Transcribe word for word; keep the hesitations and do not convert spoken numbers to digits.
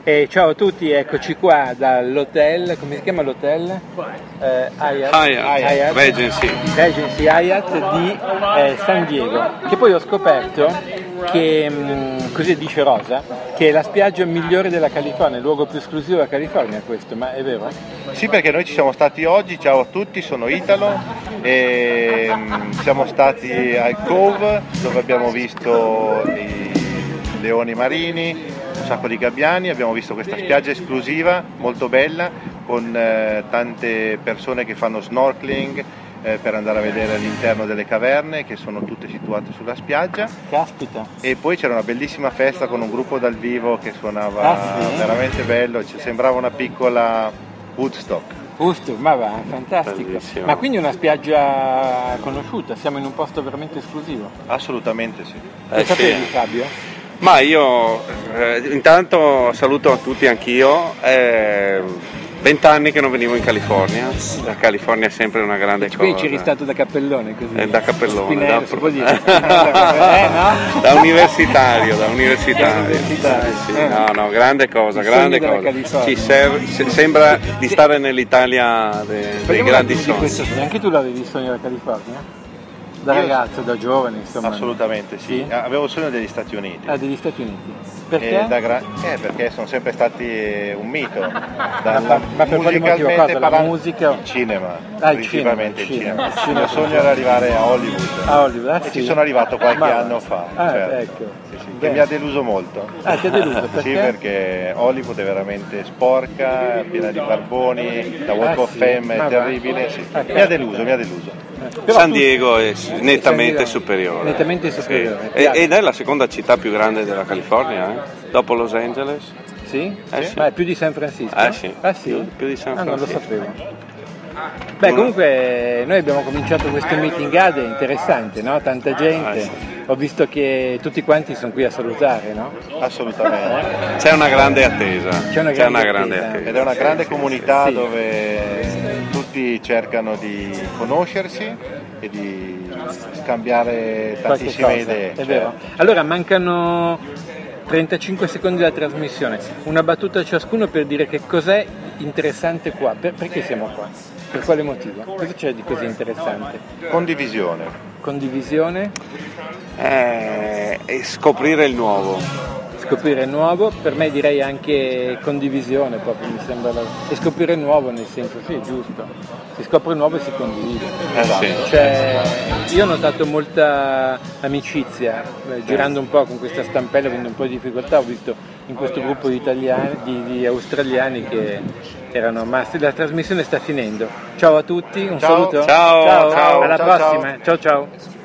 E ciao a tutti, eccoci qua dall'hotel, come si chiama l'hotel? Eh, Hyatt, Hyatt, Hyatt, Regency. Regency Hyatt di eh, San Diego, che poi ho scoperto che, mh, così dice Rosa, che è la spiaggia migliore della California, il luogo più esclusivo della California questo, ma è vero? Sì, perché noi ci siamo stati oggi, ciao a tutti, sono Italo e mh, siamo stati al Cove dove abbiamo visto i leoni marini, un sacco di gabbiani, abbiamo visto questa spiaggia esclusiva molto bella con eh, tante persone che fanno snorkeling eh, per andare a vedere all'interno delle caverne che sono tutte situate sulla spiaggia. Caspita! E poi c'era una bellissima festa con un gruppo dal vivo che suonava Ah, sì? veramente bello, ci sembrava una piccola Woodstock. Giusto, ma va, fantastico. Bellissimo. Ma quindi è una spiaggia conosciuta, siamo in un posto veramente esclusivo. Assolutamente sì. Lo Eh, sapevi, sì. Fabio? Ma io eh, intanto saluto a tutti anch'io, eh, vent'anni che non venivo in California, la California è sempre una grande cosa. Qui ci eri stato da cappellone così. Eh, da cappellone, Spinello, da- si può dire? eh, no? da universitario, da universitario. Universitario. Sì, sì, Eh. no, no, grande cosa, I grande sogni della cosa. California. Ci serve- se- sembra di stare nell'Italia de- dei Perché grandi di sogni. questo sogno? Anche tu l'avevi il sogno della California? Da Io- ragazzo, da giovane, insomma. Assolutamente sì. Sì? Avevo il sogno degli Stati Uniti. Ah, degli Stati Uniti. E Perché? da gra- eh, perché sono sempre stati un mito. Ma, Dalla- ma per quale motivo? musicalmente Cosa? La parlando- musica? Il cinema, Ah, il principalmente cinema, il il cinema. cinema. Il cinema. Il mio sogno era arrivare a Hollywood. A Hollywood, ah, E sì? ci sono arrivato qualche Ma va. anno fa. Ah, certo. ecco. Sì, sì, che Bene. mi ha deluso molto. Ah, ti ha deluso, perché? Sì, perché Hollywood è veramente sporca, piena di barboni, la Walk Ah, of sì? Fame Ma è va. terribile. Sì. Ah, Mi ha deluso, mi ha deluso. Però San tu- Diego è nettamente San Diego- superiore. Nettamente Sì. superiore. E- Ed è la seconda città più grande della California, eh? Dopo Los Angeles. Sì? Eh, sì. Ma è più di San Francisco? Eh, sì. Ah, sì? Più- più di San Ah, non lo Francisco. sapevo. Beh, comunque noi abbiamo cominciato questo meeting ad, è interessante, no? Tanta gente. Ah, sì. Ho visto che tutti quanti sono qui a salutare, no? Assolutamente. C'è una grande attesa. C'è una grande attesa. Ed è una grande comunità Sì. dove tutti cercano di conoscersi e di scambiare Qualche tantissime cosa, idee. è cioè, vero. Allora mancano trentacinque secondi della trasmissione, una battuta a ciascuno per dire che cos'è interessante qua, per- perché siamo qua, per quale motivo, cosa c'è di così interessante? Condivisione. Condivisione, Eh, e scoprire il nuovo. scoprire il nuovo, per me direi anche condivisione proprio, mi sembra, la- e scoprire il nuovo nel senso, sì, giusto, si scopre il nuovo e si condivide. Esatto. Sì. Cioè, io ho notato molta amicizia, eh, girando un po' con questa stampella, avendo un po' di difficoltà, ho visto in questo gruppo di, italiani, di, di australiani che erano, ma la trasmissione sta finendo. Ciao a tutti, un Ciao. saluto. Ciao, ciao, alla ciao, prossima, ciao ciao.